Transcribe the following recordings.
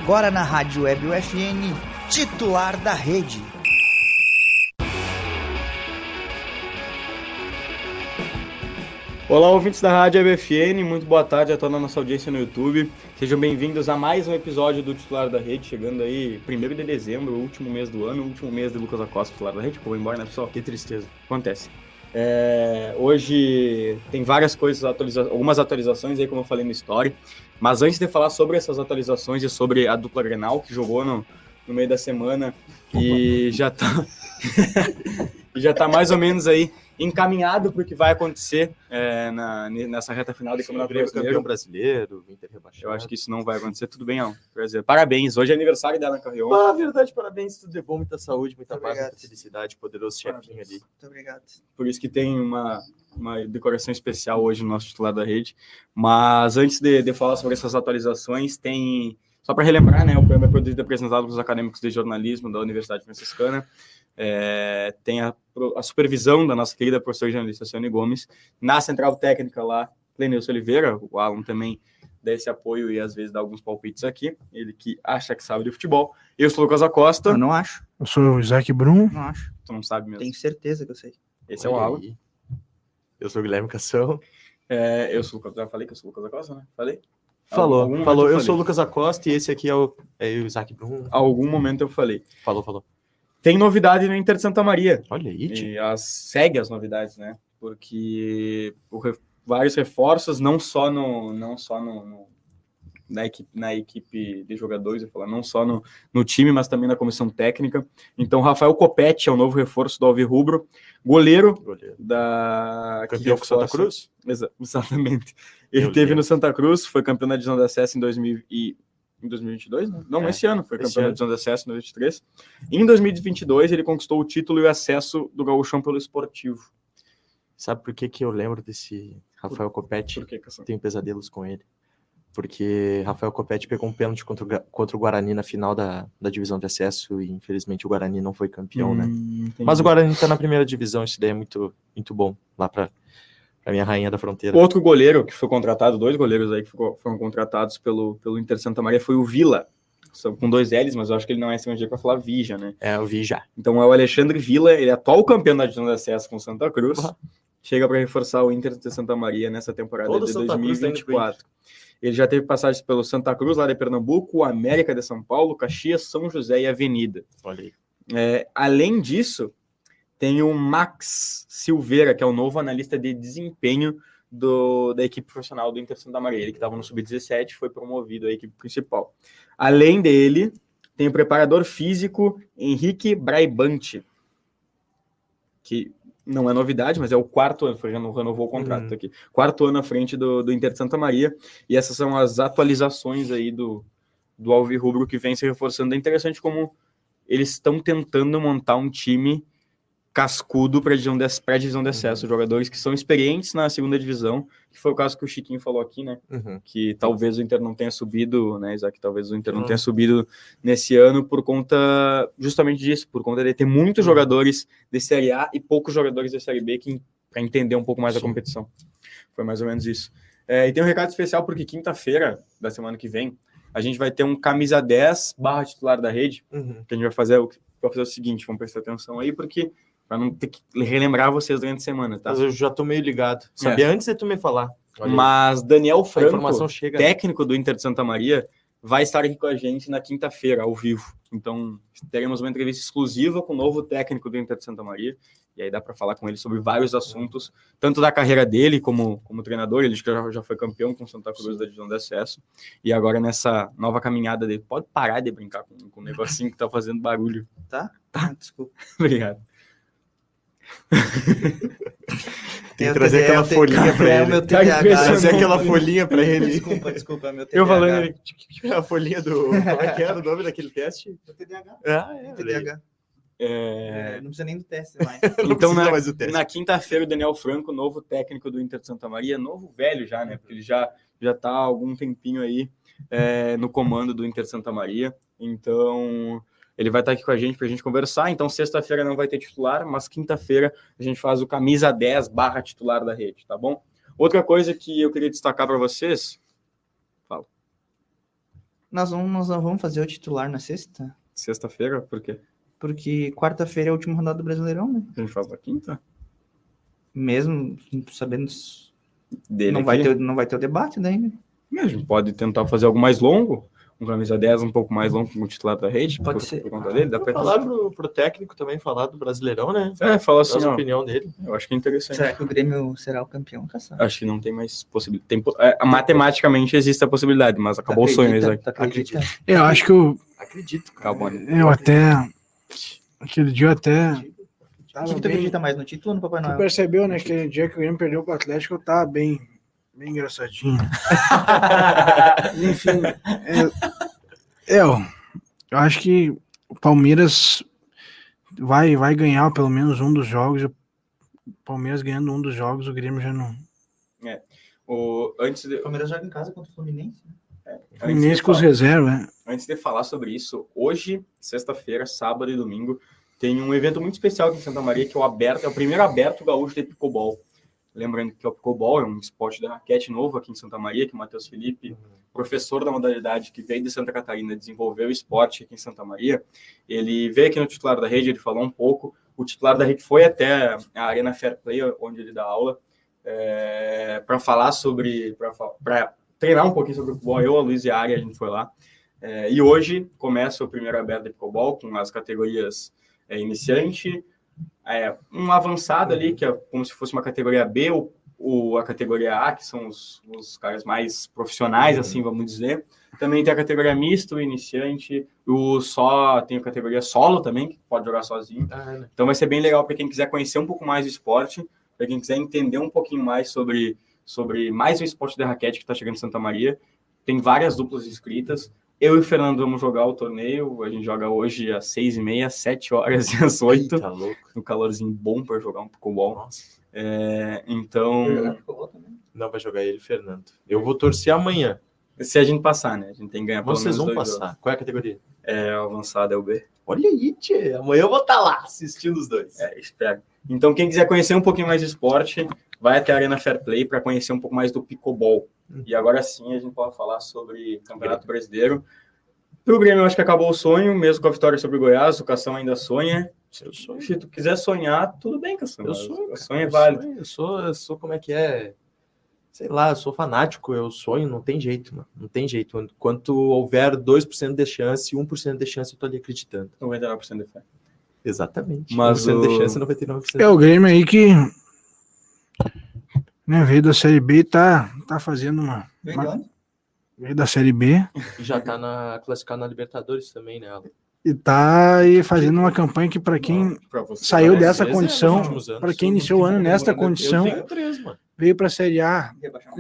Agora na Rádio Web UFN, titular da rede. Olá, ouvintes da Rádio Web UFN, muito boa tarde a toda a nossa audiência no YouTube. Sejam bem-vindos a mais um episódio do Titular da Rede, chegando aí 1º de dezembro, o último mês do ano, o último mês de Lucas Acosta, titular da rede. Pô, vou embora, né, pessoal? Que tristeza. Acontece. Hoje tem várias coisas, algumas atualizações aí, como eu falei no story. Mas antes de falar sobre essas atualizações e sobre a dupla Grenal, que jogou no meio da semana e já tá mais ou menos aí encaminhado para o que vai acontecer nessa reta final do Campeonato Campeão brasileiro, Inter rebaixado. Eu acho que isso não vai acontecer. Tudo bem, Alan? Prazer. Parabéns. Hoje é aniversário da Alan Carrion. Ah, verdade, parabéns. Tudo de bom, muita saúde, muita paz, muita felicidade, poderoso chefinho ali. Muito obrigado. Por isso que tem uma decoração especial hoje no nosso titular da rede. Mas antes de falar sobre essas atualizações, só para relembrar, né, o programa é produzido e apresentado pelos acadêmicos de jornalismo da Universidade Franciscana. Tem a supervisão da nossa querida professora jornalista Ciane Gomes, na central técnica lá, Clenilson Oliveira. O Alan também dá esse apoio e às vezes dá alguns palpites aqui, ele que acha que sabe de futebol. Eu sou o Lucas Acosta. Eu não acho. Eu sou o Isaac Brum. Não acho. Tu não sabe mesmo. Tenho certeza que eu sei. Esse é o Alan. Eu sou o Guilherme Cação. Eu sou o já falei que eu sou o Lucas Acosta, né? Falei? Falou. Eu sou o Lucas Acosta e esse aqui é o Isaac Brum. Algum momento eu falei. Falou. Tem novidade no Inter de Santa Maria. Olha aí, tio. E segue as novidades, né? Porque vários reforços, não só na equipe de jogadores, eu falar, não só no time, mas também na comissão técnica. Então, Rafael Copete é o novo reforço do Alvirrubro, goleiro da campeão com Santa Cruz? Exatamente. Ele teve no Santa Cruz, foi campeão da divisão de acesso em 2022, né? Não, esse ano foi campeão da divisão de acesso em 2023. Em 2022, ele conquistou o título e o acesso do Gauchão pelo Esportivo. Sabe por que eu lembro desse Rafael Copete? Por que, Tenho pesadelos com ele. Porque Rafael Copete pegou um pênalti contra o Guarani na final da divisão de acesso e infelizmente o Guarani não foi campeão, né? Entendi. Mas o Guarani tá na primeira divisão, isso daí é muito, muito bom, lá pra minha rainha da fronteira. Outro goleiro que foi contratado, 2 goleiros aí que foram contratados pelo Inter Santa Maria foi o Vila, com 2 L's, mas eu acho que ele não é estrangeiro para falar Vija, né? É, o Vija. Então é o Alexandre Vila, ele é atual campeão da divisão de acesso com Santa Cruz, chega para reforçar o Inter de Santa Maria nessa temporada de 2024. Ele já teve passagens pelo Santa Cruz, lá de Pernambuco, América de São Paulo, Caxias, São José e Avenida. Olha aí. Além disso, tem o Max Silveira, que é o novo analista de desempenho da equipe profissional do Inter Santa Maria. Ele que estava no Sub-17 foi promovido à equipe principal. Além dele, tem o preparador físico Henrique Braibante, que não é novidade, mas é o 4º ano, renovou o contrato aqui. 4º ano à frente do Inter de Santa Maria. E essas são as atualizações aí do Alvirrubro que vem se reforçando. É interessante como eles estão tentando montar um time cascudo para a divisão de acesso, jogadores que são experientes na segunda divisão, que foi o caso que o Chiquinho falou aqui, né? Que talvez o Inter não tenha subido, né, Isaac? Talvez o Inter não tenha subido nesse ano por conta justamente disso, por conta de ter muitos jogadores de Série A e poucos jogadores de Série B para entender um pouco mais da competição. Foi mais ou menos isso. E tem um recado especial porque quinta-feira da semana que vem a gente vai ter um camisa 10 / titular da rede, que a gente vai fazer o seguinte, vamos prestar atenção aí, porque para não ter que relembrar vocês durante a semana, tá? Mas eu já tô meio ligado. Sabia antes de tu me falar. Mas Daniel Franco, informação chega, técnico do Inter de Santa Maria, vai estar aqui com a gente na quinta-feira, ao vivo. Então, teremos uma entrevista exclusiva com o novo técnico do Inter de Santa Maria. E aí dá para falar com ele sobre vários assuntos, tanto da carreira dele como treinador. Ele já foi campeão com Santa Cruz da divisão de acesso. E agora nessa nova caminhada dele. Pode parar de brincar com o negocinho que tá fazendo barulho. Tá? Desculpa. Obrigado. Tem que trazer aquela folhinha pra ele. Trazer aquela folhinha pra ele. Desculpa, meu TDAH. Eu falando a folhinha do... Como é que era o nome daquele teste? Meu TDAH. TDAH. Não precisa nem do teste mais. Então, na quinta-feira, o Daniel Franco, novo técnico do Inter de Santa Maria, novo velho já, né? Porque ele já tá há algum tempinho aí no comando do Inter de Santa Maria. Então, ele vai estar aqui com a gente para a gente conversar. Então, sexta-feira não vai ter titular, mas quinta-feira a gente faz o camisa 10 / titular da rede, tá bom? Outra coisa que eu queria destacar para vocês... Fala. Nós não vamos fazer o titular na sexta? Sexta-feira, por quê? Porque quarta-feira é a última rodada do Brasileirão, né? A gente faz na quinta? Mesmo sabendo... Dele Não vai ter o debate daí, né? A gente pode tentar fazer algo mais longo, um camisa 10 um pouco mais longo com o titular da rede, Pode ser. por conta dele. Dá pra falar pro técnico também, falar do Brasileirão, né? falar assim, a opinião dele. Eu acho que é interessante. Será que o Grêmio será o campeão, Caçar? Acho que não tem mais possibilidade. Matematicamente existe a possibilidade, mas acabou o sonho, Isaac. Acredita? Eu acho que Acredito, cara. Aquele dia eu até... O que tu acredita mais, no título ou no Papai Tu Noel? percebeu, né, que aquele dia que o Grêmio perdeu pro Atlético, eu tava bem engraçadinho. Enfim, eu acho que o Palmeiras vai ganhar pelo menos um dos jogos. O Palmeiras ganhando um dos jogos, o Grêmio já não... O Palmeiras joga em casa contra o Fluminense. Fluminense com os reservas, né? Antes de falar sobre isso, hoje, sexta-feira, sábado e domingo, tem um evento muito especial aqui em Santa Maria, que é o primeiro aberto gaúcho de pickleball. Lembrando que o pickleball é um esporte de raquete novo aqui em Santa Maria, que o Matheus Felipe, professor da modalidade que veio de Santa Catarina, desenvolveu o esporte aqui em Santa Maria. Ele veio aqui no titular da rede, ele falou um pouco. O titular da rede foi até a Arena Fair Play, onde ele dá aula, para falar sobre... para treinar um pouquinho sobre o pickleball. Eu, a Luiz e a Ari, a gente foi lá. E hoje começa o primeiro aberto de pickleball, com as categorias iniciante, um avançado ali, que é como se fosse uma categoria B, a categoria A, que são os caras mais profissionais, assim, vamos dizer. Também tem a categoria mista, o iniciante, tem a categoria solo também, que pode jogar sozinho. Então vai ser bem legal para quem quiser conhecer um pouco mais do esporte, para quem quiser entender um pouquinho mais sobre mais o esporte de raquete que está chegando em Santa Maria. Tem várias duplas inscritas. Eu e o Fernando vamos jogar o torneio. A gente joga hoje às 6h30, 7 horas e às 8. Tá louco. Um calorzinho bom para jogar um pickleball. Então... Não, vai jogar ele, Fernando. Eu vou torcer amanhã. Se a gente passar, né? A gente tem que ganhar pelo menos Vocês vão 2 passar. jogos. Qual é a categoria? O avançado é o B. Olha aí, tchê. Amanhã eu vou estar lá assistindo os dois. Espero. Então, quem quiser conhecer um pouquinho mais de esporte, vai até a Arena Fair Play para conhecer um pouco mais do pickleball. E agora sim, a gente pode falar sobre Campeonato Brasileiro. Pro Grêmio, eu acho que acabou o sonho, mesmo com a vitória sobre o Goiás, o Cação ainda sonha. Se tu quiser sonhar, tudo bem, Cação. Eu sonho, o sonho é válido. Eu sou como é que é? Sei lá, eu sou fanático, eu sonho, não tem jeito, mano. Não tem jeito. Enquanto houver 2% de chance, 1% de chance, eu tô ali acreditando. 99% de fé. Exatamente. Mas 1% de chance, 99%. O Grêmio aí que veio da Série B e tá fazendo veio da Série B. Já tá classificado na Libertadores também, né? E tá aí fazendo uma campanha que para quem saiu dessa condição, para quem iniciou o ano nesta condição, veio para a Série A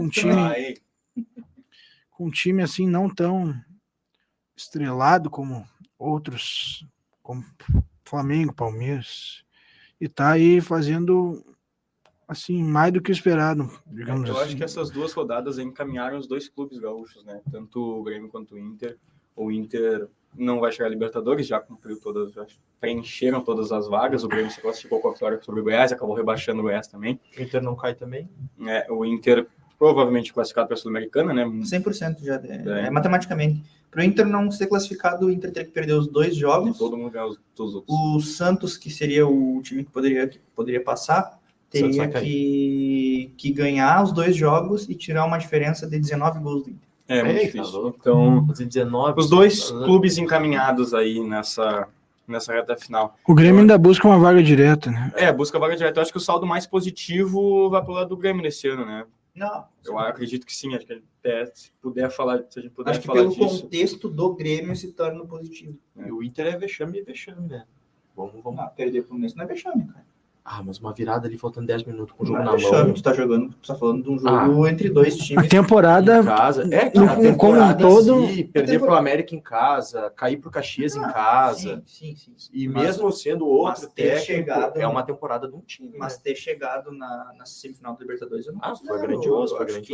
com um time assim não tão estrelado como outros, como Flamengo, Palmeiras, e tá aí fazendo assim mais do que esperado, digamos assim. Eu acho que essas duas rodadas encaminharam os dois clubes gaúchos, né? Tanto o Grêmio quanto o Inter. O Inter não vai chegar a Libertadores, já cumpriu preencheram todas as vagas. O Grêmio se classificou com a vitória sobre o Goiás, acabou rebaixando o Goiás também. O Inter não cai também? O Inter provavelmente classificado para a Sul-Americana, né? 100% já, matematicamente. Para o Inter não ser classificado, o Inter teria que perder os 2 jogos. E todo mundo ganhar os outros. O Santos, que seria o time que poderia passar, teria que ganhar os 2 jogos e tirar uma diferença de 19 gols do Inter. Muito difícil. Então, 19, os dois clubes encaminhados aí nessa reta final. O Grêmio ainda busca uma vaga direta, né? Busca vaga direta. Eu acho que o saldo mais positivo vai pro lado do Grêmio nesse ano, né? Não. Eu acredito que sim. Acho que se a gente puder falar disso. Acho que pelo contexto do Grêmio se torna positivo. E o Inter é vexame, né? Vamos. Perder pro Fluminense não é vexame, cara. Mas uma virada ali faltando 10 minutos com o jogo na mão. Tu tá falando de um jogo entre 2 times. A temporada em casa. Como um todo. Perder pro América em casa, cair pro Caxias em casa. Sim. E mesmo sendo outro técnico, é uma temporada de um time. Mas ter chegado na semifinal da Libertadores, eu não foi grandioso.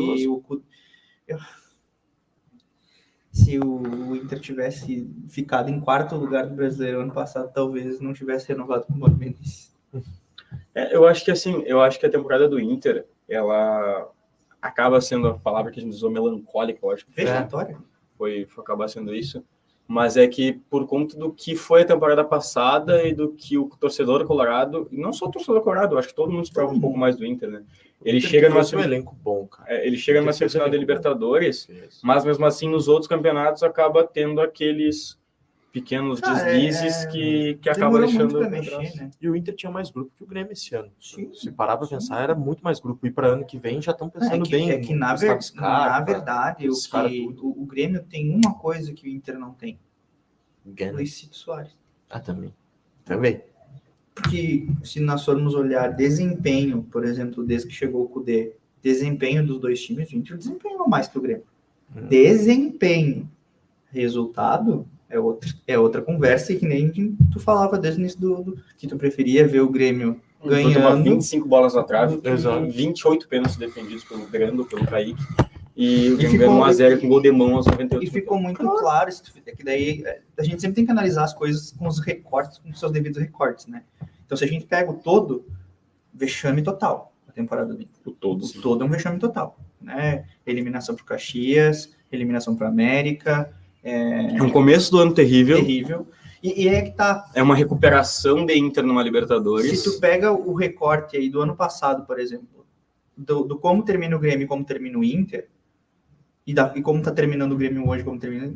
Se o Inter tivesse ficado em 4º lugar do Brasileiro ano passado, talvez não tivesse renovado com o Mano Menezes. Eu acho que a temporada do Inter, ela acaba sendo a palavra que a gente usou, melancólica, eu acho. Vexatória? foi acabar sendo isso. Mas é que por conta do que foi a temporada passada e do que o torcedor colorado, e não só o torcedor colorado, acho que todo mundo esperava um pouco mais do Inter, né? Ele chega numa um elenco bom, cara. Ele chega numa semifinal da Libertadores, mas mesmo assim nos outros campeonatos acaba tendo aqueles pequenos deslizes que acabam deixando pra mexer, né? E o Inter tinha mais grupo que o Grêmio esse ano. Se parar para pensar, era muito mais grupo. E para ano que vem já estão pensando bem. É que na verdade o Grêmio tem uma coisa que o Inter não tem. Luizito Soares. Também. Porque se nós formos olhar desempenho, por exemplo, desde que chegou o Kudê, desempenho dos dois times, o Inter desempenhou mais que o Grêmio. Desempenho. Resultado é outra conversa, e que nem tu falava desde o início que tu preferia ver o Grêmio ganhando 25 bolas na trave, 28 pênaltis defendidos pelo Grando, pelo Kaique, e o Grêmio ganhou 1-0 com gol de mão aos 98. E ficou muito claro, que daí a gente sempre tem que analisar as coisas com os recortes, com os seus devidos recortes, né? Então, se a gente pega o todo, vexame total a temporada do Inter. O todo é um vexame total, né? Eliminação para o Caxias, eliminação para o América. É um começo do ano terrível. E é que tá. É uma recuperação de Inter numa Libertadores. Se tu pega o recorte aí do ano passado, por exemplo, do como termina o Grêmio e como termina o Inter, e como tá terminando o Grêmio hoje, como termina,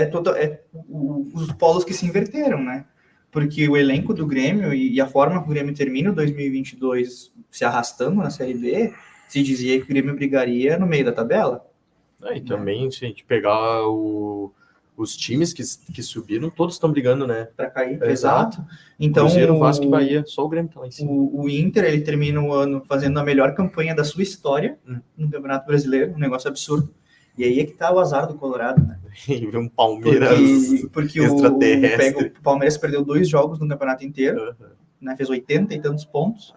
os polos que se inverteram, né? Porque o elenco do Grêmio e a forma que o Grêmio termina o 2022 se arrastando na Série B, se dizia que o Grêmio brigaria no meio da tabela. E também, se a gente pegar os times que subiram, todos estão brigando, né? Para cair, exato. Então, Cruzeiro, Vasco e Bahia, só o Grêmio tá lá em cima. O Inter, ele termina o ano fazendo a melhor campanha da sua história no Campeonato Brasileiro, um negócio absurdo. E aí é que tá o azar do Colorado, né? E vê um Palmeiras porque extraterrestre. O Palmeiras perdeu 2 jogos no campeonato inteiro, né? Fez 80 e tantos pontos.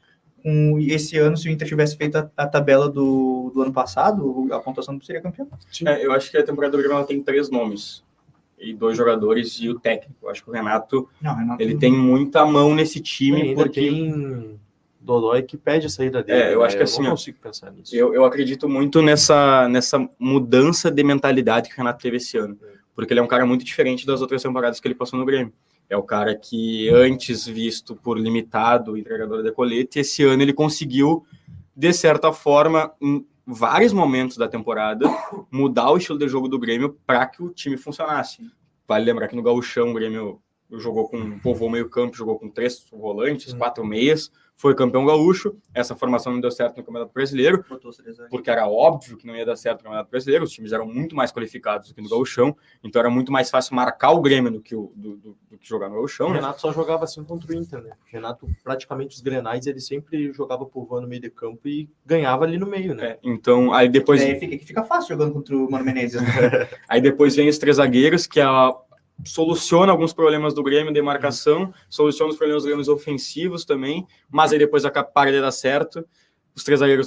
E esse ano, se o Inter tivesse feito a tabela do ano passado, a pontuação seria campeão. Eu acho que a temporada do Grêmio tem 3 nomes. E 2 jogadores e o técnico. Eu acho que o Renato ele tem muita mão nesse time. Porque tem Dodói que pede a saída dele. Eu acho que assim, não consigo pensar nisso. Eu acredito muito nessa mudança de mentalidade que o Renato teve esse ano. Porque ele é um cara muito diferente das outras temporadas que ele passou no Grêmio. É o cara que, antes visto por limitado, entregador de colete, esse ano ele conseguiu, de certa forma, em vários momentos da temporada, mudar o estilo de jogo do Grêmio para que o time funcionasse. Vale lembrar que no Gauchão o Grêmio jogou povoou meio campo, jogou com 3 volantes, 4 meias, foi campeão gaúcho. Essa formação não deu certo no Campeonato Brasileiro, porque era óbvio que não ia dar certo no Campeonato Brasileiro, os times eram muito mais qualificados do que no Gauchão, então era muito mais fácil marcar o Grêmio do que jogar no Gauchão. O Renato só jogava assim contra o Inter, né? O Renato, praticamente, os grenais, ele sempre jogava povoando no meio de campo e ganhava ali no meio, né? Então, aí depois... Fica fácil jogando contra o Mano Menezes, né? Aí depois vem os 3 zagueiros, que soluciona alguns problemas do Grêmio de marcação, soluciona os problemas do Grêmio ofensivos também, mas aí depois para de dar certo, os três zagueiros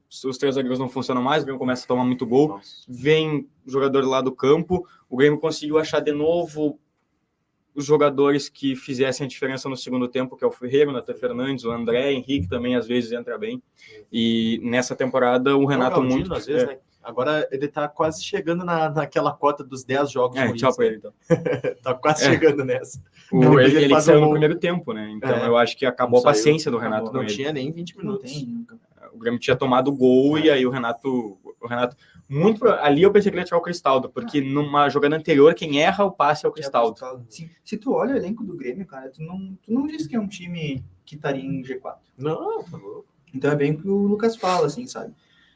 não funcionam mais, o Grêmio começa a tomar muito gol, vem o jogador lá do campo, o Grêmio conseguiu achar de novo os jogadores que fizessem a diferença no segundo tempo, que é o Ferreira, o Nathan Fernandes, o André, Henrique também às vezes entra bem, e nessa temporada o Renato Galdino, às vezes, né? Agora ele tá quase chegando naquela cota dos 10 jogos. Tchau pra ele, então. Tá quase chegando nessa. Ele saiu no primeiro tempo, né? Então eu acho que acabou a paciência do Renato. Não tinha nem 20 minutos. O Grêmio tinha tomado gol e aí o Renato muito ali eu pensei que ele ia tirar o Cristaldo, porque numa jogada anterior quem erra o passe é o Cristaldo. Se tu olha o elenco do Grêmio, cara, tu não diz que é um time que estaria em G4. Não, tá louco. Então é bem o que o Lucas fala, assim, sabe?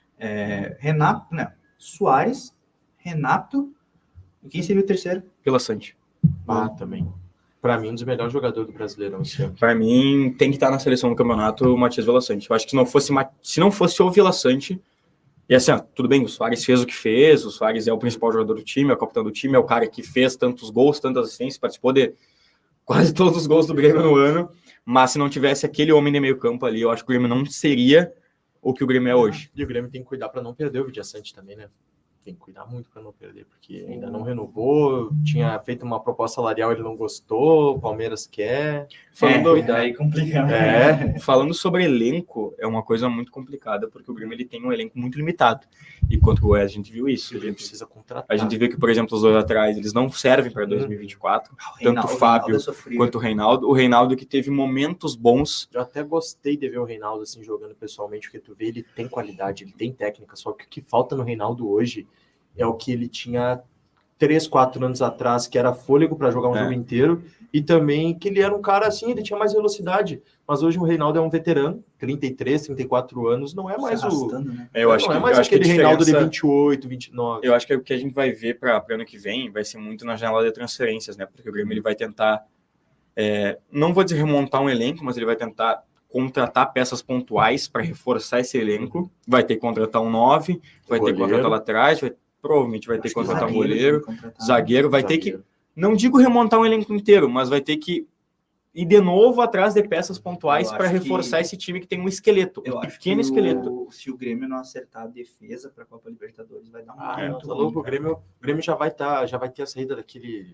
Renato, né? Soares, Renato, e quem seria o terceiro? Vila Sante. Também. Para mim, um dos melhores jogadores do Brasileirão esse ano. Para mim, tem que estar na seleção do campeonato o Matias Vila Sante. Eu acho que se não fosse o Vila Sante, e assim, tudo bem, o Soares fez o que fez, o Soares é o principal jogador do time, é o capitão do time, é o cara que fez tantos gols, tantas assistências, participou de quase todos os gols do Grêmio no ano, mas se não tivesse aquele homem de meio campo ali, eu acho que o Grêmio não seria o que o Grêmio é hoje. E o Grêmio tem que cuidar para não perder o Vidia Sante também, né? Tem que cuidar muito para não perder, porque ainda não renovou, tinha feito uma proposta salarial, ele não gostou, o Palmeiras quer. Aí complica. Falando sobre elenco, é uma coisa muito complicada, porque o Grêmio ele tem um elenco muito limitado. E contra o Goiás a gente viu isso. Ele precisa contratar. A gente vê que, por exemplo, os dois atrás, eles não servem para 2024. Tanto o Fábio quanto o Reinaldo. O Reinaldo que teve momentos bons. Eu até gostei de ver o Reinaldo assim jogando pessoalmente, porque tu vê, ele tem qualidade, ele tem técnica, só que o que falta no Reinaldo hoje é o que ele tinha 3, 4 anos atrás, que era fôlego para jogar um jogo inteiro, e também que ele era um cara assim, ele tinha mais velocidade. Mas hoje o Reinaldo é um veterano, 33, 34 anos, não é mais eu acho não que, é mais aquele Reinaldo de 28, 29. Eu acho que o que a gente vai ver para ano que vem vai ser muito na janela de transferências, né? Porque o Grêmio ele vai tentar, não vou dizer remontar um elenco, mas ele vai tentar contratar peças pontuais para reforçar esse elenco. Vai ter que contratar um 9, vai ter que contratar lá atrás, provavelmente vai ter que contratar um goleiro, zagueiro, vai ter que, não digo remontar um elenco inteiro, mas vai ter que ir de novo atrás de peças pontuais para reforçar esse time que tem um esqueleto, um pequeno esqueleto. Se o Grêmio não acertar a defesa para a Copa Libertadores, vai dar muito louco. O Grêmio já vai ter a saída daquele...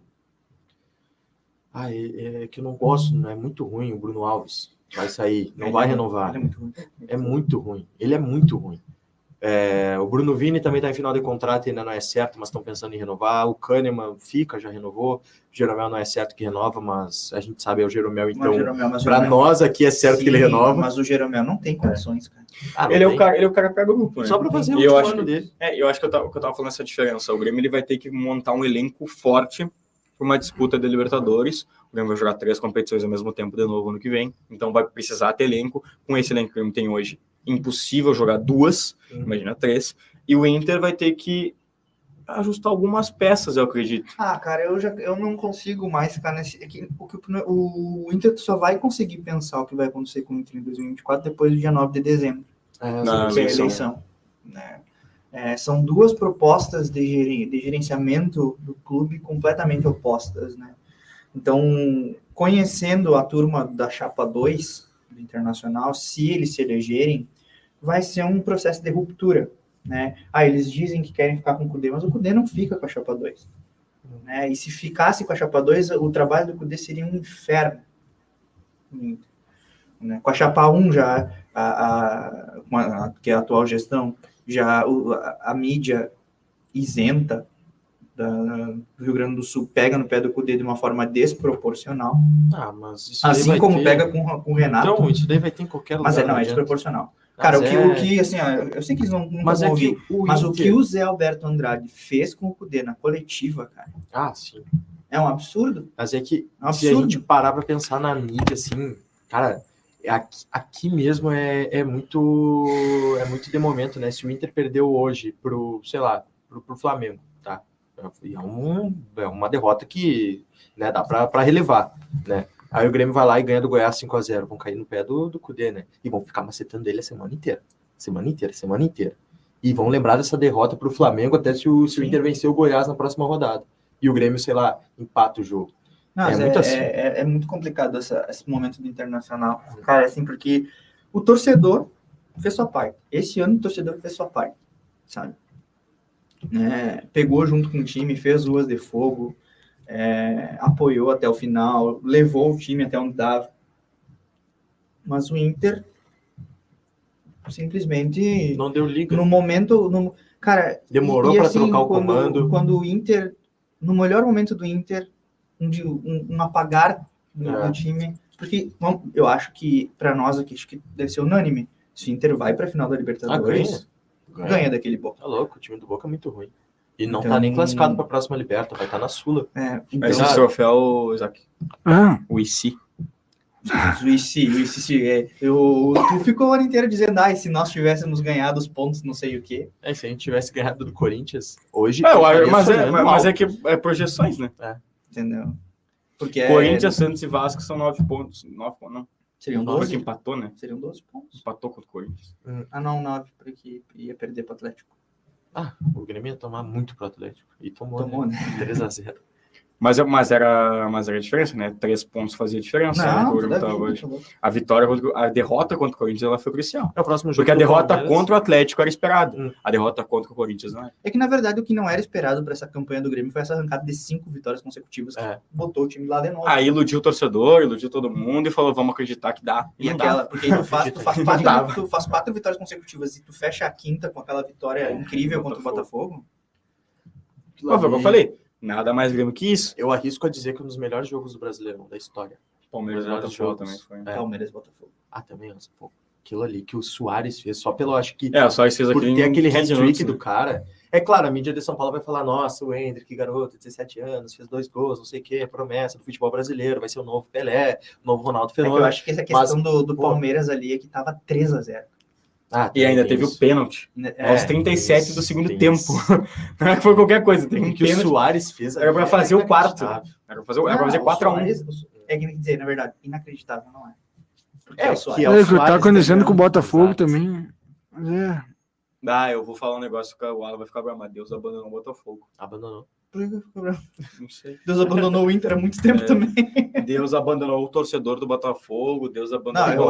que eu não gosto, não é muito ruim, o Bruno Alves. Vai sair, não vai renovar. É muito ruim. Ele é muito ruim. O Bruno Vini também está em final de contrato, ainda não é certo, mas estão pensando em renovar. O Kahneman já renovou. O Jeromel não é certo que renova, mas a gente sabe, é o Jeromel, então para nós aqui é certo que ele renova. Mas o Jeromel não tem condições, cara. Ele é o cara que pega o grupo, né? Só para fazer o ano dele. Eu acho que eu tava falando essa diferença. O Grêmio ele vai ter que montar um elenco forte para uma disputa de Libertadores. O Grêmio vai jogar 3 competições ao mesmo tempo de novo ano que vem, então vai precisar ter elenco. Com esse elenco que o Grêmio tem hoje, impossível jogar 2, imagina 3, e o Inter vai ter que ajustar algumas peças, eu acredito. Cara, eu não consigo mais ficar nesse... O Inter só vai conseguir pensar o que vai acontecer com o Inter em 2024 depois do dia 9 de dezembro, que é a eleição. Né? São 2 propostas de gerenciamento do clube completamente opostas, né? Então, conhecendo a turma da Chapa 2 do Internacional, se eles se elegerem, vai ser um processo de ruptura, né? Eles dizem que querem ficar com o Cudê, mas o Cudê não fica com a Chapa 2. Né? E se ficasse com a Chapa 2, o trabalho do Cudê seria um inferno. Né? Com a Chapa 1, já, que é a atual gestão, já a mídia isenta do Rio Grande do Sul pega no pé do Cudê de uma forma desproporcional. Mas isso assim como pega com o Renato. Então, isso daí vai ter em qualquer lugar. Mas não é desproporcional. Cara, o que assim, eu sei que eles não vão ouvir, mas o que o Zé Alberto Andrade fez com o Cudê na coletiva, cara. Sim. É um absurdo. Mas é que se a gente parar pra pensar na mídia, assim, cara, aqui mesmo é muito de momento, né? Se o Inter perdeu hoje pro Flamengo, tá? É uma derrota que, né, dá para relevar, né? Aí o Grêmio vai lá e ganha do Goiás 5-0, vão cair no pé do Cudê, né? E vão ficar macetando ele a semana inteira. E vão lembrar dessa derrota pro Flamengo até se o Inter vencer o Goiás na próxima rodada. E o Grêmio, sei lá, empata o jogo. É muito complicado esse momento do Internacional. Cara, assim, porque o torcedor fez sua parte. Esse ano o torcedor fez sua parte, sabe? Pegou junto com o time, fez ruas de fogo, apoiou até o final, levou o time até onde dava. Mas o Inter simplesmente não deu liga. No momento, cara, demorou para assim, trocar o comando. Quando o Inter, no melhor momento do Inter, um apagar do time, porque eu acho que para nós aqui acho que deve ser unânime. Se o Inter vai para a final da Libertadores, ganha daquele Boca. Tá louco, o time do Boca é muito ruim. E não tá nem classificado para a próxima Liberta, vai estar na Sula. Então, esse troféu, Isaac. O IC. O IC. Tu ficou o ano inteiro dizendo, se nós tivéssemos ganhado os pontos, não sei o quê. Se a gente tivesse ganhado do Corinthians, hoje... mas é que é projeções, né? Entendeu? Porque Corinthians, Santos e Vasco são 9 pontos. 9 pontos, não. Seriam 12? Que empatou, né? Seriam 12 pontos. Empatou contra o Corinthians. Não, 9, porque ia perder para o Atlético. O Grêmio ia tomar muito pro Atlético. E tomou, né? 3-0. Mas era a diferença, né? 3 pontos fazia diferença. Né, que o Grêmio tava hoje. A vitória, a derrota contra o Corinthians, ela foi crucial. É o próximo jogo. Porque a derrota Palmeiras. contra o Atlético era esperada. A derrota contra o Corinthians não é. É que, na verdade, o que não era esperado para essa campanha do Grêmio foi essa arrancada de 5 vitórias consecutivas que botou o time lá de novo. Aí iludiu o torcedor, iludiu todo mundo e falou, vamos acreditar que dá. E não aquela, dá. porque aí tu faz 4 vitórias consecutivas e tu fecha a quinta com aquela vitória incrível contra o Botafogo. Mas foi o que eu falei. Nada mais Grêmio que isso. Eu arrisco a dizer que um dos melhores jogos do Brasileirão da história. Palmeiras e Botafogo também foi. Palmeiras e Botafogo. Também, pô. Aquilo ali que o Suárez fez, só pelo, acho que... Só isso fez por aquele... ter aquele 15 hat-trick minutos, do né? cara. É claro, a mídia de São Paulo vai falar, nossa, o Hendrick, garoto, 17 anos, fez 2 gols, não sei o quê, promessa do futebol brasileiro, vai ser o novo Pelé, o novo Ronaldo Fenômeno. Eu acho que essa questão do Palmeiras ali é que tava 3-0. E ainda teve o pênalti. Aos 37 do segundo tempo. Não é que foi qualquer coisa. Tem que o Suárez fez. Era pra fazer o quarto. Era pra fazer 4-1. É que dizer, na verdade, inacreditável, não é? Que o que tá acontecendo com o Botafogo também. Eu vou falar um negócio que o Alan vai ficar bravo. Deus abandonou o Botafogo. Abandonou. Não sei. Deus abandonou o Inter há muito tempo também. Deus abandonou o torcedor do Botafogo. Deus abandonou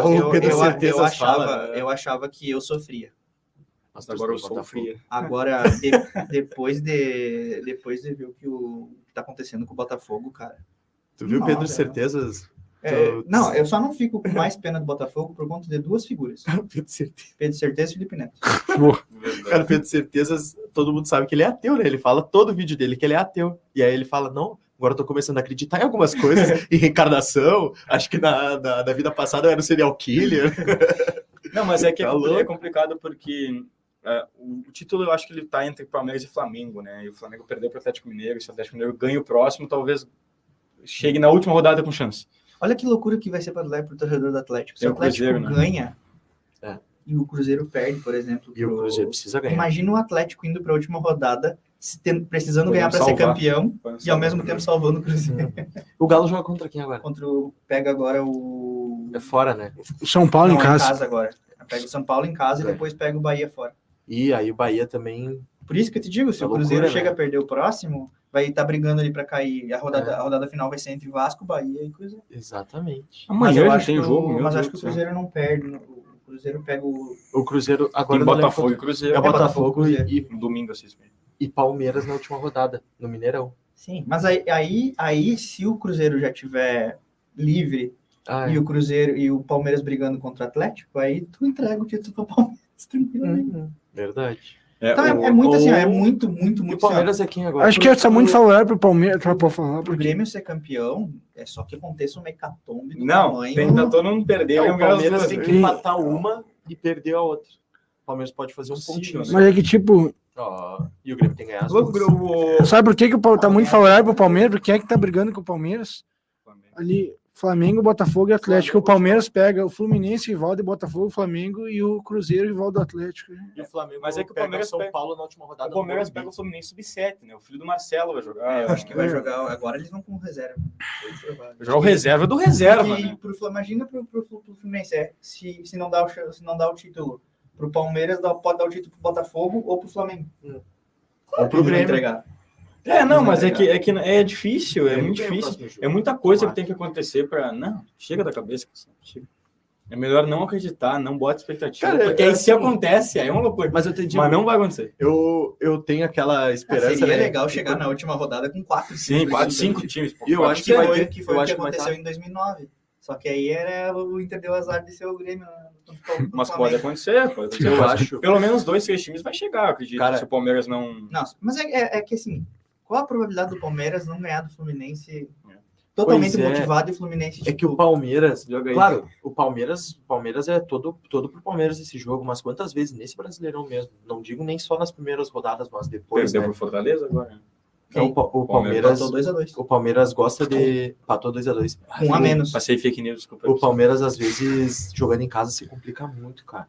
eu achava que eu sofria. Mas agora eu sofria. Agora, depois de ver o que tá acontecendo com o Botafogo, cara. Tu viu, Pedro, certezas? Não, eu só não fico com mais pena do Botafogo por conta de 2 figuras. Pedro Certeza e Felipe Neto. Cara, Pedro Certezas, todo mundo sabe que ele é ateu, né? Ele fala todo vídeo dele que ele é ateu. E aí ele fala, não, agora eu tô começando a acreditar em algumas coisas, em reencarnação, acho que na vida passada eu era um serial killer. Não, mas é que é complicado porque o título eu acho que ele tá entre Palmeiras e Flamengo, né? E o Flamengo perdeu pro Atlético Mineiro, e se o Atlético Mineiro ganha o próximo, talvez chegue na última rodada com chance. Olha que loucura que vai ser para o torcedor do Atlético. Se o Atlético Cruzeiro, ganha e o Cruzeiro perde, por exemplo. E o Cruzeiro precisa ganhar. Imagina o Atlético indo para a última rodada, precisando ganhar para ser campeão e ao mesmo tempo salvando o Cruzeiro. O Galo joga contra quem agora? Pega agora o... É fora, né? O São Paulo em casa. Agora. Pega o São Paulo em casa e depois pega o Bahia fora. E aí o Bahia também... Por isso que eu te digo, se o Cruzeiro chega a perder o próximo, vai estar brigando ali para cair. A rodada final vai ser entre Vasco, Bahia e Cruzeiro. Exatamente. Amanhã já tem jogo, mas acho que o Cruzeiro não perde. O Cruzeiro pega o Cruzeiro agora tem Botafogo e Cruzeiro. É Botafogo e domingo assim. E Palmeiras na última rodada, no Mineirão. Sim, mas aí se o Cruzeiro já tiver livre e o Cruzeiro e o Palmeiras brigando contra o Atlético, aí tu entrega o título para o Palmeiras tranquilamente. Verdade. Então é muito assim, é muito. E o Palmeiras é quem agora? Acho que está muito favorável para o Palmeiras. O Grêmio ser campeão, é só que aconteça uma hecatombe do tamanho. Não, tenta todo mundo perder. O Palmeiras tem que empatar uma e perder a outra. O Palmeiras pode fazer um pontinho. Mas é que tipo... E o Grêmio tem que ganhar as duas. Sabe por que tá muito favorável para o Palmeiras? Porque é que tá brigando com o Palmeiras? Ali... Flamengo, Botafogo e Atlético. O Palmeiras pega o Fluminense, rival de Botafogo, Flamengo, e o Cruzeiro, rival do Atlético. E o Flamengo, mas é que o Palmeiras São Paulo na última rodada. O Palmeiras pega o Fluminense sub-7, né? O filho do Marcelo vai jogar. Eu acho que vai jogar. Agora eles vão com reserva. Vai jogar o reserva do reserva. Né? Imagina pro Fluminense, se não dá o título pro Palmeiras, pode dar o título pro Botafogo ou pro Flamengo. Ou pro Grêmio entregar. Mas é que é difícil, é muito difícil. É muita coisa que tem que acontecer para... Não, chega da cabeça. Chega. É melhor não acreditar, não bota expectativa. Cara, porque aí se acontece, aí é uma loucura. Mas não vai acontecer. Eu tenho aquela esperança... Seria legal chegar na última rodada com 4 times. Sim, 5 times. E eu acho que vai ter... Que foi o que aconteceu em 2009. Só que aí o Inter deu azar de ser o Grêmio. Mas pode acontecer. Eu acho. Pelo menos 2, 3 times vai chegar, acredito. Se o Palmeiras não... Nossa, mas é que assim... Qual a probabilidade do Palmeiras não ganhar do Fluminense totalmente motivado e o Fluminense... É que o Palmeiras... Claro, o Palmeiras é todo pro Palmeiras esse jogo, mas quantas vezes nesse Brasileirão mesmo? Não digo nem só nas primeiras rodadas, mas depois... Perdeu pro Fortaleza agora? Então, o Palmeiras... Patou 2-2. O Palmeiras gosta de... Patou 2-2. Um a menos. Passei fake news, desculpa. O Palmeiras, às vezes, jogando em casa, se complica muito, cara.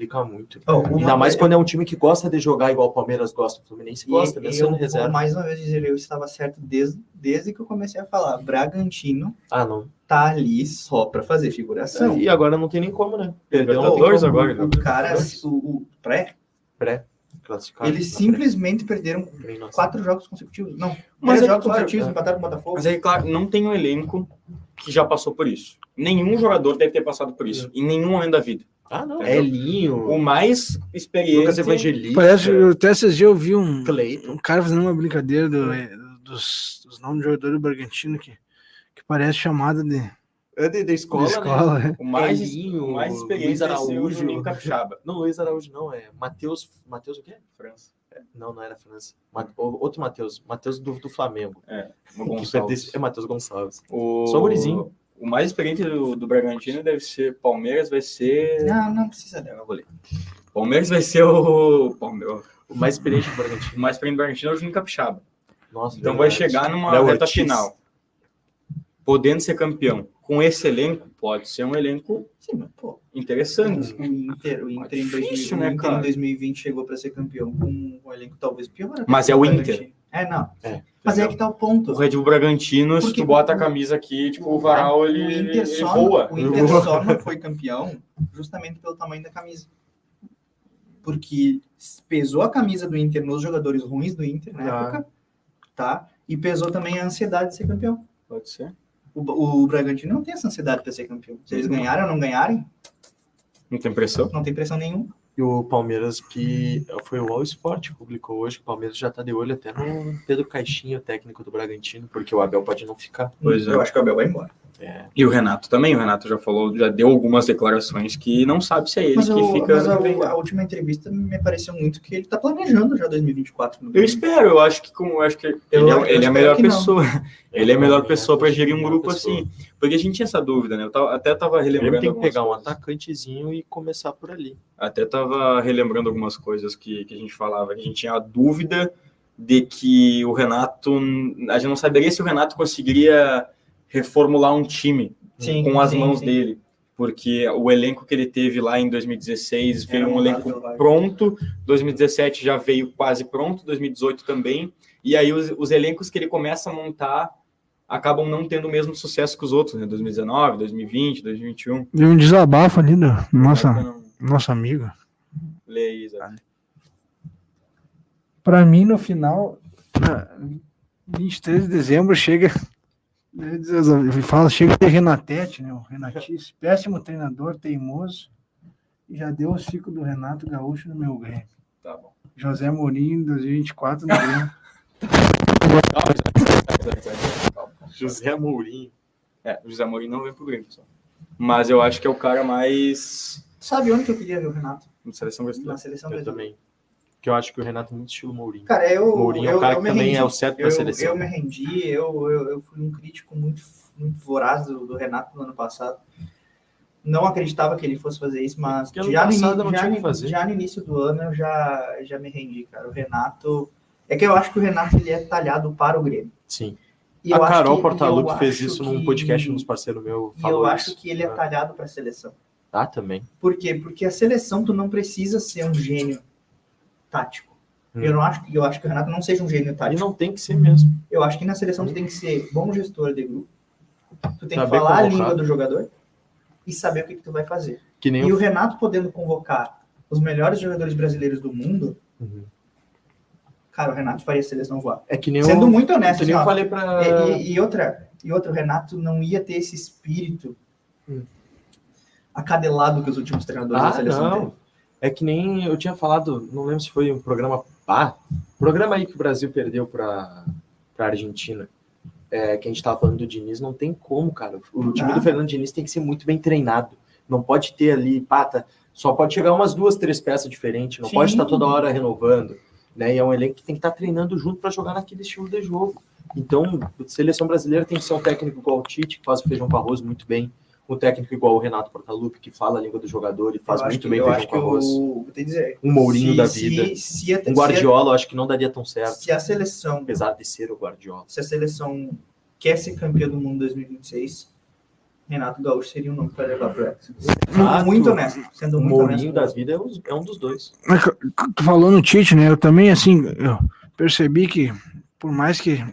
Ainda mais quando é um time que gosta de jogar igual o Palmeiras gosta. O Fluminense gosta, mesmo sendo reserva. Mais uma vez dizer, eu estava certo desde que eu comecei a falar. Bragantino tá ali só para fazer figuração. E agora não tem nem como, né? Perdeu 2 agora. O cara, o pré. classificados. Eles simplesmente perderam 4 jogos consecutivos. Não, Mas 3 é jogos claro, consecutivos, empataram com o Botafogo. Mas aí, claro, não tem um elenco que já passou por isso. Nenhum jogador deve ter passado por isso. Em nenhum momento da vida. Ah, não. Entendeu? Elinho. O mais experiente... Lucas Evangelista. Parece, até esses dias eu vi um Cleiton. cara fazendo uma brincadeira dos nomes de jogador do Bragantino que parece chamada de Da escola, escola, né? né? O mais Elinho, experiente Luiz vai ser o Araújo. Juninho Capixaba. Não, Luiz Araújo não, é Matheus o quê? França. Não era França. Outro Matheus. Matheus do Flamengo. O Que Gonçalves. é Matheus Gonçalves. O... Só gurizinho. O mais experiente do Bragantino deve ser Palmeiras, vai ser... Não precisa dela. Eu vou ler. Palmeiras vai ser o... O mais experiente do O Bragantino. mais experiente do Bragantino é o Juninho Capixaba. Nossa, Então verdade. vai chegar numa Léo reta Ortiz. final. Podendo ser campeão. Com esse elenco, pode ser um elenco Sim, mas, pô, interessante. o Inter difícil, em né, cara? 2020 chegou para ser campeão com um elenco talvez pior. Mas é o Inter. Não. É, Mas é que tá o ponto. O Red Bull Bragantino, se Porque tu bota a camisa aqui, tipo, o Varal, ele voa. O Inter só não foi campeão justamente pelo tamanho da camisa. Porque pesou a camisa do Inter nos jogadores ruins do Inter na época, tá? E pesou também a ansiedade de ser campeão. Pode ser. O Bragantino não tem essa ansiedade para ser campeão. Se eles ganharem ou não ganharem, Não tem pressão? não tem pressão nenhuma. E o Palmeiras, que foi o All Sport que publicou hoje, que o Palmeiras já tá de olho até no Pedro Caixinha, técnico do Bragantino, porque o Abel pode não ficar. Pois é. Eu acho que o Abel vai embora. E o Renato também. O Renato já falou, já deu algumas declarações que não sabe se é ele que fica... Mas a última entrevista me pareceu muito que ele tá planejando já 2024. Eu espero, eu acho que ele é a melhor pessoa. Ele é a melhor pessoa para gerir um grupo assim. Porque a gente tinha essa dúvida, né? Eu até tava relembrando. Ele tem que pegar um coisas. atacantezinho e começar por ali. Até tava relembrando algumas coisas que a gente falava. A gente tinha a dúvida de que o Renato... A gente não saberia se o Renato conseguiria reformular um time com as mãos dele. Porque o elenco que ele teve lá em 2016 veio um elenco pronto, 2017 já veio quase pronto, 2018 também, e aí os elencos que ele começa a montar acabam não tendo o mesmo sucesso que os outros, né? 2019, 2020, 2021. Deu um desabafo ali da nossa amiga. Lê aí, Zé. Para mim, no final, 23 de dezembro, chega de Renatete, né? O Renatice, péssimo treinador, teimoso, e já deu o ciclo do Renato Gaúcho no meu Grêmio. Tá bom. José Mourinho, 2024, no Grêmio. José Mourinho. José Mourinho não vem pro Grêmio, pessoal. Mas eu acho que é o cara mais... Sabe onde que eu queria ver o Renato? Na seleção brasileira. Na seleção Eu brasileira. também. Porque eu acho que o Renato é muito estilo Mourinho. Cara, Mourinho é o cara que também é o certo para a seleção. Eu me rendi, eu fui um crítico muito voraz do Renato no ano passado. Não acreditava que ele fosse fazer isso, mas já no início do ano eu já me rendi, cara. O Renato... É que eu acho que o Renato ele é talhado para o Grêmio. Sim. E a Carol Portalupi fez isso num podcast nos parceiros meus. E eu acho que ele é talhado para a seleção. Ah, também. Por quê? Porque a seleção tu não precisa ser um gênio tático. Eu acho que o Renato não seja um gênio tático. E não tem que ser mesmo. Eu acho que na seleção tu tem que ser bom gestor de grupo. Tu tem que falar a língua do jogador e saber o que tu vai fazer. E o Renato podendo convocar os melhores jogadores brasileiros do mundo, cara, o Renato faria a seleção voar. É que nem sendo muito honesto. Que nem eu falei pra... E outra, o Renato não ia ter esse espírito acadelado que os últimos treinadores da seleção têm. É que nem eu tinha falado, não lembro se foi um programa... programa aí que o Brasil perdeu pra Argentina. Que a gente tava falando do Diniz, não tem como, cara. O time do Fernando Diniz tem que ser muito bem treinado. Não pode ter ali, só pode chegar umas 2, 3 peças diferentes, não pode estar toda hora renovando. Né? E é um elenco que tem que estar treinando junto para jogar naquele estilo de jogo. Então, a seleção brasileira tem que ser um técnico igual o Tite, que faz o feijão com arroz muito bem. Um técnico igual o Renato Portalupi, que fala a língua do jogador e faz muito bem feijão com arroz. Um Mourinho da vida. Um Guardiola, eu acho que não daria tão certo. Se a seleção... Apesar de ser o Guardiola. Se a seleção quer ser campeã do mundo em 2026, Renato Gaúcho seria um nome para levar para ela. Muito honesto. Sendo muito Mourinho honesto, da vida é um dos dois. Tu falou no Tite, né? Eu também, assim, eu percebi que, por mais que,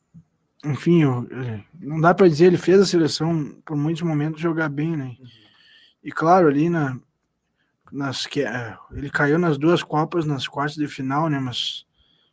enfim, não dá para dizer, ele fez a seleção por muitos momentos jogar bem, né? E claro, ali Ele caiu nas 2 Copas, nas quartas de final, né? Mas,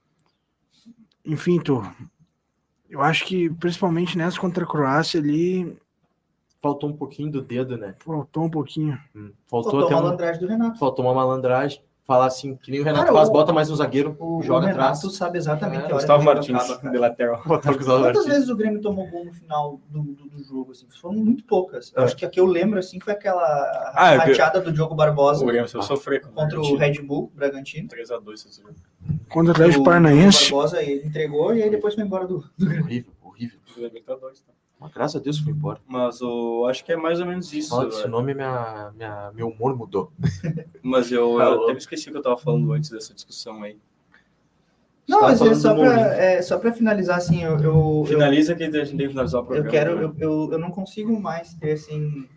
enfim, eu acho que principalmente nessa contra a Croácia ali faltou um pouquinho do dedo, né? Faltou um pouquinho. Faltou até uma malandragem do Renato. Faltou uma malandragem. Falar assim, que nem o Renato faz, bota mais um zagueiro, joga atrás. Tu sabe exatamente a hora Gustavo que Martins, acaba, de lateral. Quantas vezes o Grêmio tomou gol no final do jogo? Assim? Foram muito poucas. Acho que a que eu lembro assim, foi aquela rateada do Diogo Barbosa contra o Red Bull Bragantino. 3-2 esse jogo. Contra o Atlético Paranaense. O Barbosa ele entregou e aí depois foi embora do Grêmio. Horrível. Mas, graças a Deus foi embora. Mas eu acho que é mais ou menos isso. Fala desse nome, meu humor mudou. Mas eu até me esqueci o que eu tava falando antes dessa discussão aí. Não, mas só para finalizar, assim, Finaliza que a gente tem que finalizar o programa. Eu não consigo mais ter, assim,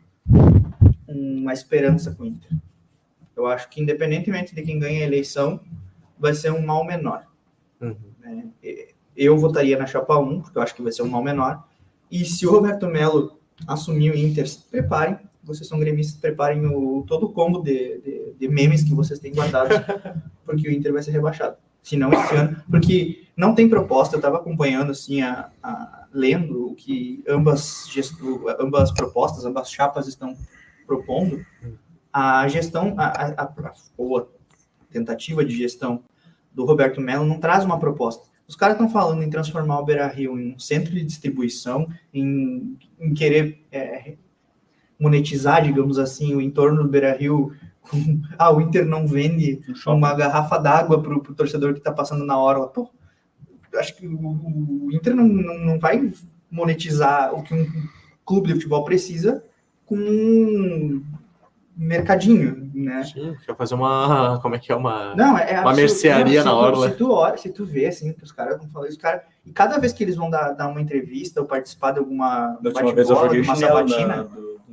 uma esperança com o Inter. Eu acho que, independentemente de quem ganha a eleição, vai ser um mal menor. Né? Eu votaria na chapa 1, porque eu acho que vai ser um mal menor. E se o Roberto Melo assumir o Inter, se preparem, vocês são gremistas, preparem todo o combo de memes que vocês têm guardados, porque o Inter vai ser rebaixado. Se não esse ano, porque não tem proposta. Eu estava acompanhando, assim, lendo o que ambas propostas, ambas chapas estão propondo. A gestão, ou a tentativa de gestão do Roberto Melo não traz uma proposta. Os caras estão falando em transformar o Beira-Rio em um centro de distribuição, em querer monetizar, digamos assim, o entorno do Beira-Rio. O Inter não vende uma garrafa d'água para o torcedor que está passando na hora. Pô, acho que o Inter não vai monetizar o que um clube de futebol precisa com um mercadinho, né? Sim, quer fazer uma... Como é que é? Uma mercearia na orla. Se tu vê, assim, que os caras vão falar isso, e cada vez que eles vão dar uma entrevista ou participar de alguma bate-bola, de uma sabatina...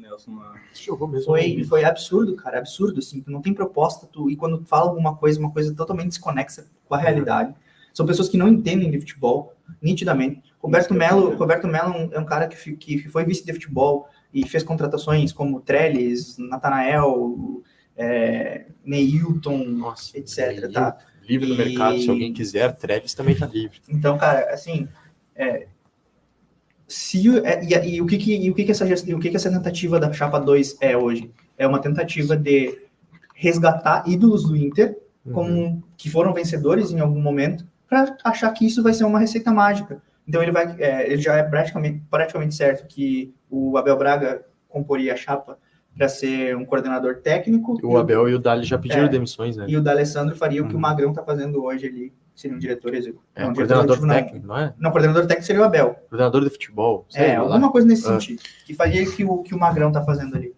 Foi absurdo, cara, absurdo, assim, tu não tem proposta, e quando tu fala uma coisa totalmente desconexa com a realidade. São pessoas que não entendem de futebol, nitidamente. Roberto Melo é um cara que foi vice de futebol e fez contratações como Trellis, Natanael, Neilton, etc. Tá? Livre no mercado, se alguém quiser, Trellis também tá livre. Então, cara, assim... o que essa tentativa da Chapa 2 é hoje? É uma tentativa de resgatar ídolos do Inter, que foram vencedores em algum momento, para achar que isso vai ser uma receita mágica. Então ele já é praticamente certo que o Abel Braga comporia a chapa para ser um coordenador técnico. O Abel e o Dali já pediram demissões, né? E o D'Alessandro faria o que o Magrão está fazendo hoje ali. Seria um diretor executivo. Coordenador técnico, não é? Não, coordenador técnico seria o Abel. Coordenador de futebol. Alguma coisa nesse sentido. Que faria o que o Magrão tá fazendo ali.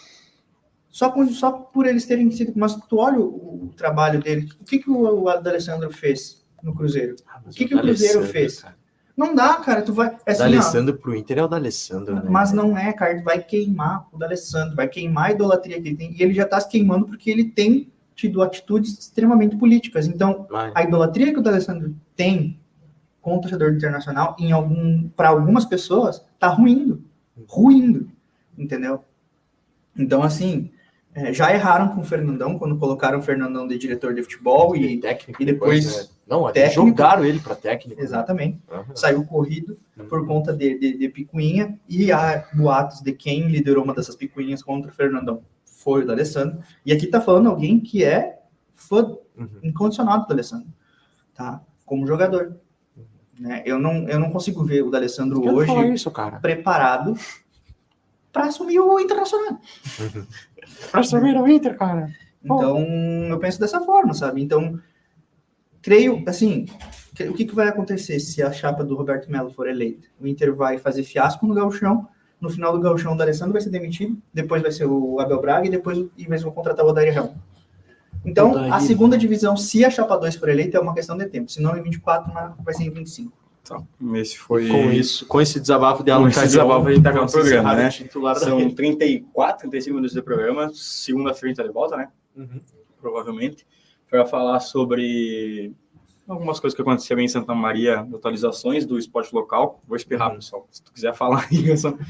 Só por eles terem sido... Mas tu olha o trabalho dele. O que o D'Alessandro fez no Cruzeiro? O que o Cruzeiro fez? Cara. Não dá, cara. Tu vai... D'Alessandro pro Inter é o D'Alessandro, né? Mas não é, cara. Vai queimar o D'Alessandro. Vai queimar a idolatria que ele tem. E ele já tá se queimando porque ele tem tido atitudes extremamente políticas. Então, a idolatria que o D'Alessandro tem com o torcedor internacional, para algumas pessoas, tá ruindo, entendeu? Então, assim, já erraram com o Fernandão, quando colocaram o Fernandão de diretor de futebol e técnico, e depois jogaram ele para técnico. Exatamente. Saiu corrido por conta de picuinha, e há boatos de quem liderou uma dessas picuinhas contra o Fernandão. Foi o D'Alessandro. E aqui tá falando alguém que é fã incondicional do D'Alessandro, tá? Como jogador. Né? Eu não consigo ver o D'Alessandro hoje preparado para assumir o Internacional. Para assumir o Inter, cara. Então, eu penso dessa forma, sabe? Então, creio, assim, o que vai acontecer se a chapa do Roberto Melo for eleita? O Inter vai fazer fiasco no Gauchão. No final do Gauchão, o D'Alessandro vai ser demitido, depois vai ser o Abel Braga e depois eles vão contratar o Odair Helm. Então, a segunda divisão, se a Chapa 2 for eleita, é uma questão de tempo. Se não em 24, vai ser em 25. Então, esse foi... Com esse desabafo de Alan Cardion, a gente tá acabando o programa, né? São 35 minutos de programa. Segunda-feira a gente tá de volta, né? Provavelmente. Para falar sobre algumas coisas que aconteceram em Santa Maria, atualizações do esporte local. Vou espirrar, pessoal, se tu quiser falar aí.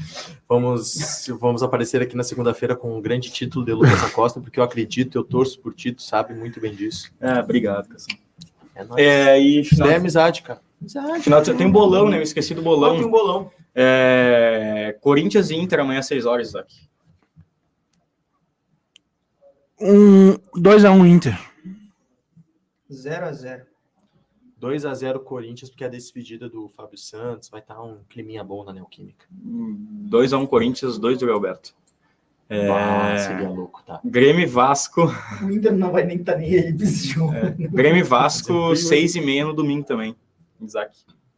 Vamos aparecer aqui na segunda-feira com um grande título de Lucas Acosta, porque eu acredito, eu torço por ti, tu sabe muito bem disso. Obrigado, Cação. É nóis. E Isso é amizade, cara. Final de... Tem bolão, né? Eu esqueci do bolão. Tem um bolão. Corinthians e Inter amanhã às 6 horas, Isaac. 2-1 Inter. 0-0. 2-0 Corinthians, porque é a despedida do Fábio Santos. Vai estar um climinha bom na Neoquímica. 2-1 Corinthians, 2 do Galberto. Seria louco, tá? Grêmio e Vasco. O Inter não vai nem estar nem aí pra esse jogo. Grêmio e Vasco, 6h30 no domingo também. Isaac.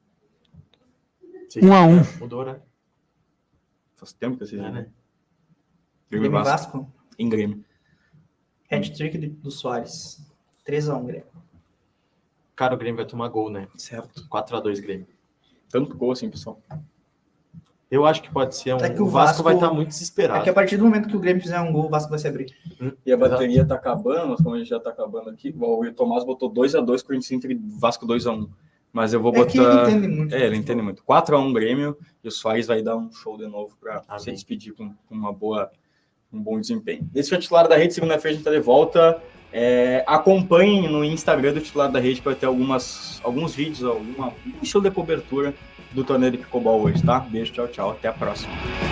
1-1. Mudou, né? Faz tempo que eu assisti, né? Grêmio e Vasco. Vasco. Em Grêmio. Hat-trick do Soares. 3-1, Grêmio. Cara, o Grêmio vai tomar gol, né? Certo. 4-2 Grêmio. Tanto gol assim, pessoal. Eu acho que pode ser É que o Vasco vai estar muito desesperado. É que a partir do momento que o Grêmio fizer um gol, o Vasco vai se abrir. E a bateria tá acabando, mas como a gente já tá acabando aqui, o Tomás botou 2-2 Corinthians Inter e Vasco 2-1. Mas eu vou botar... que ele entende muito. Ele entende muito. 4-1 Grêmio, e o Soares vai dar um show de novo para se despedir com um bom desempenho. Esse foi o Titular da Rede, segunda-feira a gente tá de volta. Acompanhem no Instagram do Titular da Rede, que vai ter alguns vídeos, um estilo de cobertura do torneio de pickleball hoje, tá? Beijo, tchau, tchau, até a próxima.